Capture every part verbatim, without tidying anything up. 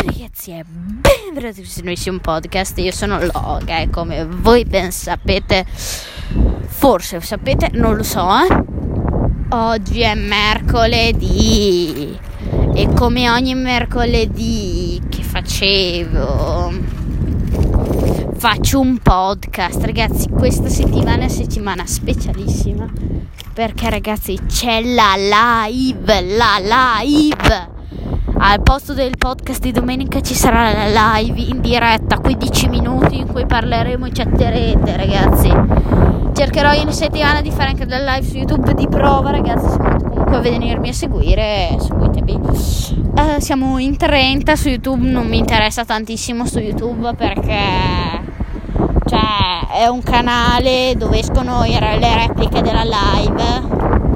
Ragazzi, è benvenuti su un nuovissimo podcast. Io sono Loga e come voi ben sapete, forse sapete, non lo so, eh? Oggi è mercoledì e come ogni mercoledì che facevo, faccio un podcast. Ragazzi, questa settimana è una settimana specialissima perché ragazzi c'è la live, la live. Al posto del podcast di domenica ci sarà la live in diretta, quindici minuti in cui parleremo e chatterete, ragazzi. Cercherò in settimana di fare anche della live su YouTube di prova, ragazzi. Se volete comunque venirmi a seguire, seguitemi. Uh, siamo in trenta su YouTube, non mi interessa tantissimo su YouTube perché cioè è un canale dove escono le repliche della live.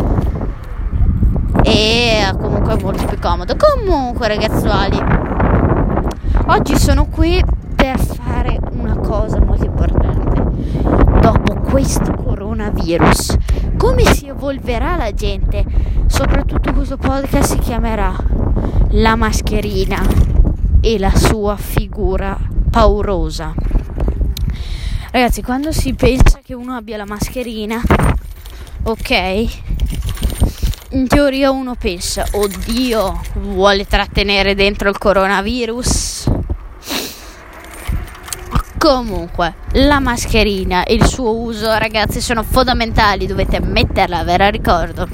E comunque è molto più comodo. Comunque ragazzuoli, oggi sono qui per fare una cosa molto importante. Dopo questo coronavirus, come si evolverà la gente? Soprattutto questo podcast si chiamerà La mascherina e la sua figura paurosa. Ragazzi, quando si pensa che uno abbia la mascherina, ok, in teoria uno pensa, oddio, vuole trattenere dentro il coronavirus. Comunque, la mascherina e il suo uso, ragazzi, sono fondamentali, dovete metterla, ve la ricordo.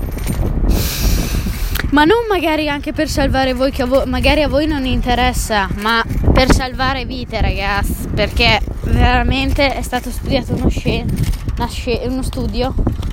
Ma non magari anche per salvare voi, che a voi, magari a voi non interessa, ma per salvare vite, ragazzi, perché veramente è stato studiato uno, sci- una sci- uno studio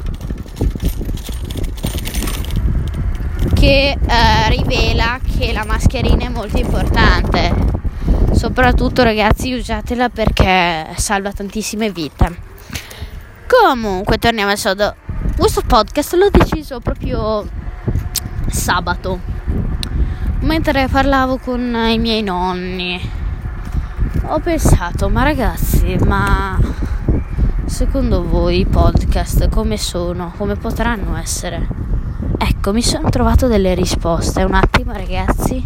che eh, rivela che la mascherina è molto importante. Soprattutto ragazzi, usatela perché salva tantissime vite. Comunque torniamo al sodo. Questo podcast l'ho deciso proprio sabato, mentre parlavo con i miei nonni. Ho pensato, ma ragazzi, ma secondo voi i podcast come sono? Come potranno essere? Ecco, mi sono trovato delle risposte. Un attimo, ragazzi.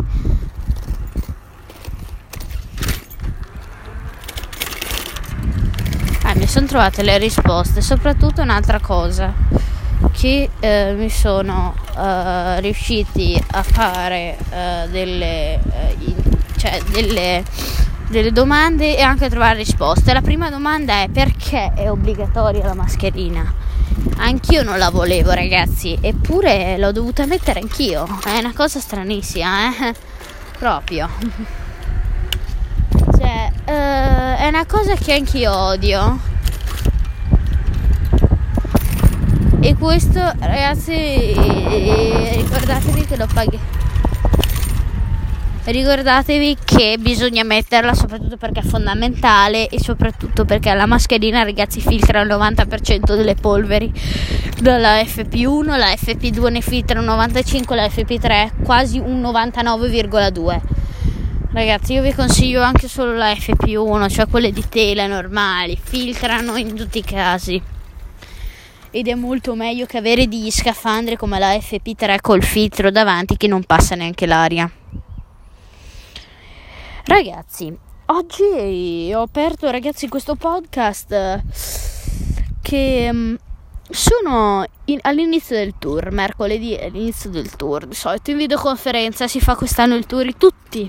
Eh, mi sono trovate le risposte. Soprattutto un'altra cosa, che eh, mi sono eh, riusciti a fare eh, delle, eh, in, cioè delle, delle domande e anche a trovare risposte. La prima domanda è: perché è obbligatoria la mascherina? Anch'io non la volevo, ragazzi, eppure l'ho dovuta mettere anch'io. È una cosa stranissima, eh? Proprio. Cioè, uh, è una cosa che anch'io odio. E questo, ragazzi, ricordatevi che lo paghi. Ricordatevi che bisogna metterla, soprattutto perché è fondamentale e soprattutto perché la mascherina, ragazzi, filtra il novanta per cento delle polveri dalla effe pi uno, la effe pi due ne filtra un novantacinque, la effe pi tre quasi un novantanove virgola due. Ragazzi, io vi consiglio anche solo la effe pi uno, cioè quelle di tela normali, filtrano in tutti i casi. Ed è molto meglio che avere degli scafandri come la effe pi tre col filtro davanti che non passa neanche l'aria. Ragazzi, oggi ho aperto, ragazzi, questo podcast che um, sono in, all'inizio del tour, mercoledì è l'inizio del tour. Di solito in videoconferenza si fa quest'anno il tour di tutti.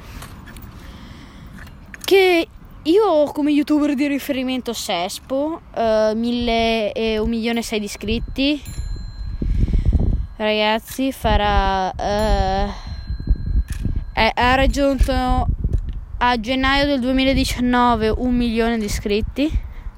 Che io ho come youtuber di riferimento Sespo, uh, mille e un milione e sei di iscritti. Ragazzi, farà uh, è, ha raggiunto a gennaio del duemiladiciannove un milione di iscritti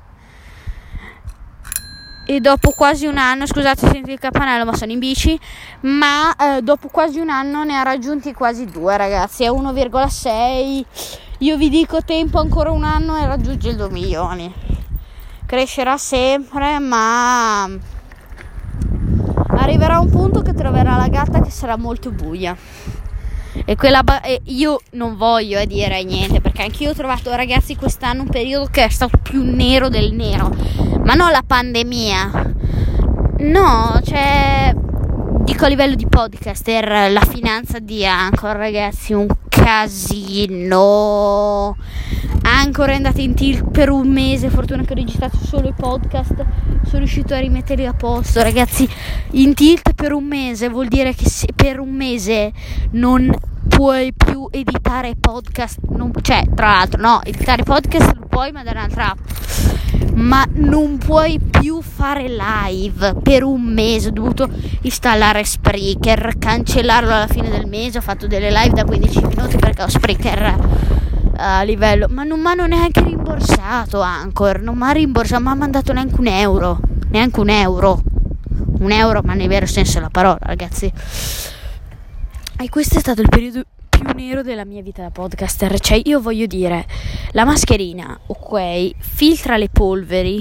e dopo quasi un anno, scusate se sentite il campanello ma sono in bici, ma eh, dopo quasi un anno ne ha raggiunti quasi due, ragazzi, è uno virgola sei. Io vi dico, tempo ancora un anno e raggiunge il due milioni. Crescerà sempre, ma arriverà un punto che troverà la gatta che sarà molto buia. E quella ba- e io non voglio eh, dire niente, perché anch'io ho trovato, ragazzi, quest'anno un periodo che è stato più nero del nero, ma non la pandemia, no, cioè dico a livello di podcaster, la finanza di Anchor, ragazzi, un casino. Ancora è andata in tilt per un mese, fortuna che ho registrato solo i podcast, sono riuscito a rimetterli a posto, ragazzi. In tilt per un mese vuol dire che se per un mese non puoi più editare podcast, non, cioè tra l'altro no, editare podcast lo puoi ma da un'altra app, ma non puoi più fare live per un mese. Ho dovuto installare Spreaker, cancellarlo alla fine del mese, ho fatto delle live da quindici minuti perché ho Spreaker a livello, ma non mi hanno neanche rimborsato Anchor, non mi ha rimborsato, mi ha mandato neanche un euro, neanche un euro, un euro ma nel vero senso della parola, ragazzi. E questo è stato il periodo più nero della mia vita da podcaster. Cioè, io voglio dire, la mascherina, ok, filtra le polveri.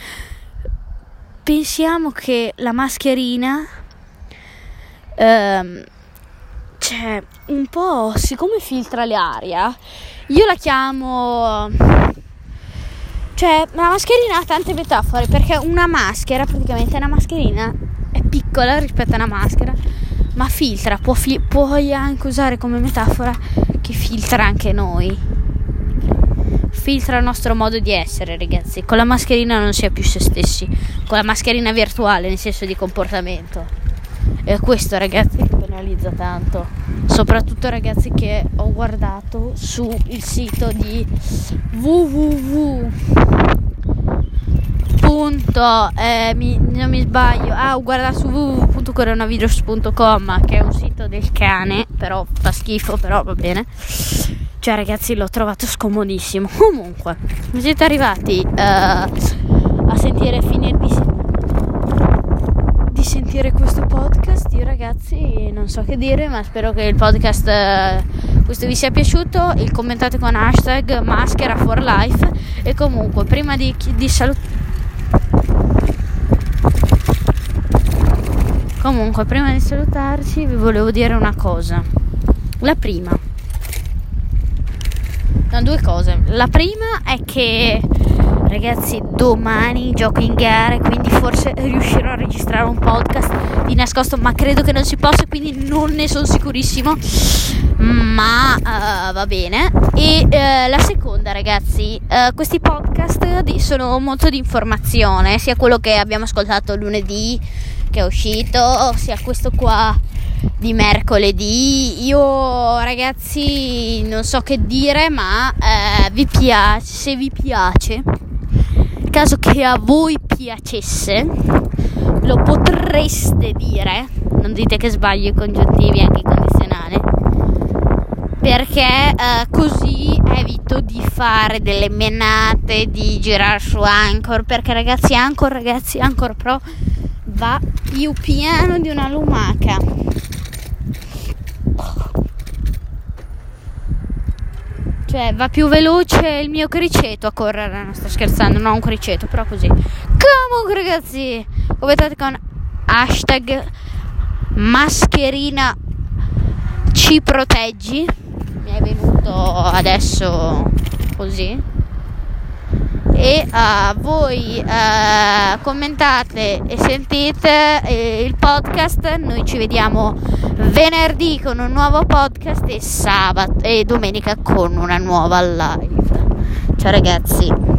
Pensiamo che la mascherina ehm, cioè un po', siccome filtra l'aria, io la chiamo, cioè la mascherina ha tante metafore, perché una maschera, praticamente una mascherina è piccola rispetto a una maschera, ma filtra, può fi- puoi anche usare come metafora che filtra anche noi, filtra il nostro modo di essere, ragazzi. Con la mascherina non si è più se stessi, con la mascherina virtuale, nel senso di comportamento. E questo, ragazzi, mi penalizza tanto, soprattutto, ragazzi, che ho guardato su il sito di www punto eh, mi, non mi sbaglio ah ho guardato su www punto coronavirus punto com, che è un sito del cane, però fa schifo, però va bene. Cioè, ragazzi, l'ho trovato scomodissimo. Comunque, siete arrivati uh, a sentire finire di, di sentire questo podcast. Io, ragazzi, non so che dire, ma spero che il podcast uh, questo vi sia piaciuto. Il commentate con hashtag maschera for life. E comunque, prima di, di salutare comunque prima di salutarci vi volevo dire una cosa. La prima, no, due cose. La prima è che, ragazzi, domani gioco in gare, quindi forse riuscirò a registrare un podcast di nascosto, ma credo che non si possa, quindi non ne sono sicurissimo, ma uh, va bene. E uh, la seconda, ragazzi, uh, questi podcast di, sono molto di informazione, sia quello che abbiamo ascoltato lunedì che è uscito, sia questo qua di mercoledì. Io, ragazzi, non so che dire, ma eh, vi piace, se vi piace, in caso che a voi piacesse, lo potreste dire, non dite che sbaglio i congiuntivi, anche i condizionali, perché eh, così evito di fare delle menate, di girare su Anchor, perché, ragazzi, Anchor, ragazzi, Anchor Pro va più piano di una lumaca. Cioè, va più veloce il mio criceto a correre. Non sto scherzando, non ho un criceto, però così. Comunque, ragazzi, commentate con hashtag mascherina ci proteggi. Mi è venuto adesso così. E uh, voi uh, commentate e sentite eh, il podcast. Noi ci vediamo venerdì con un nuovo podcast e sabato e domenica con una nuova live. Ciao, ragazzi.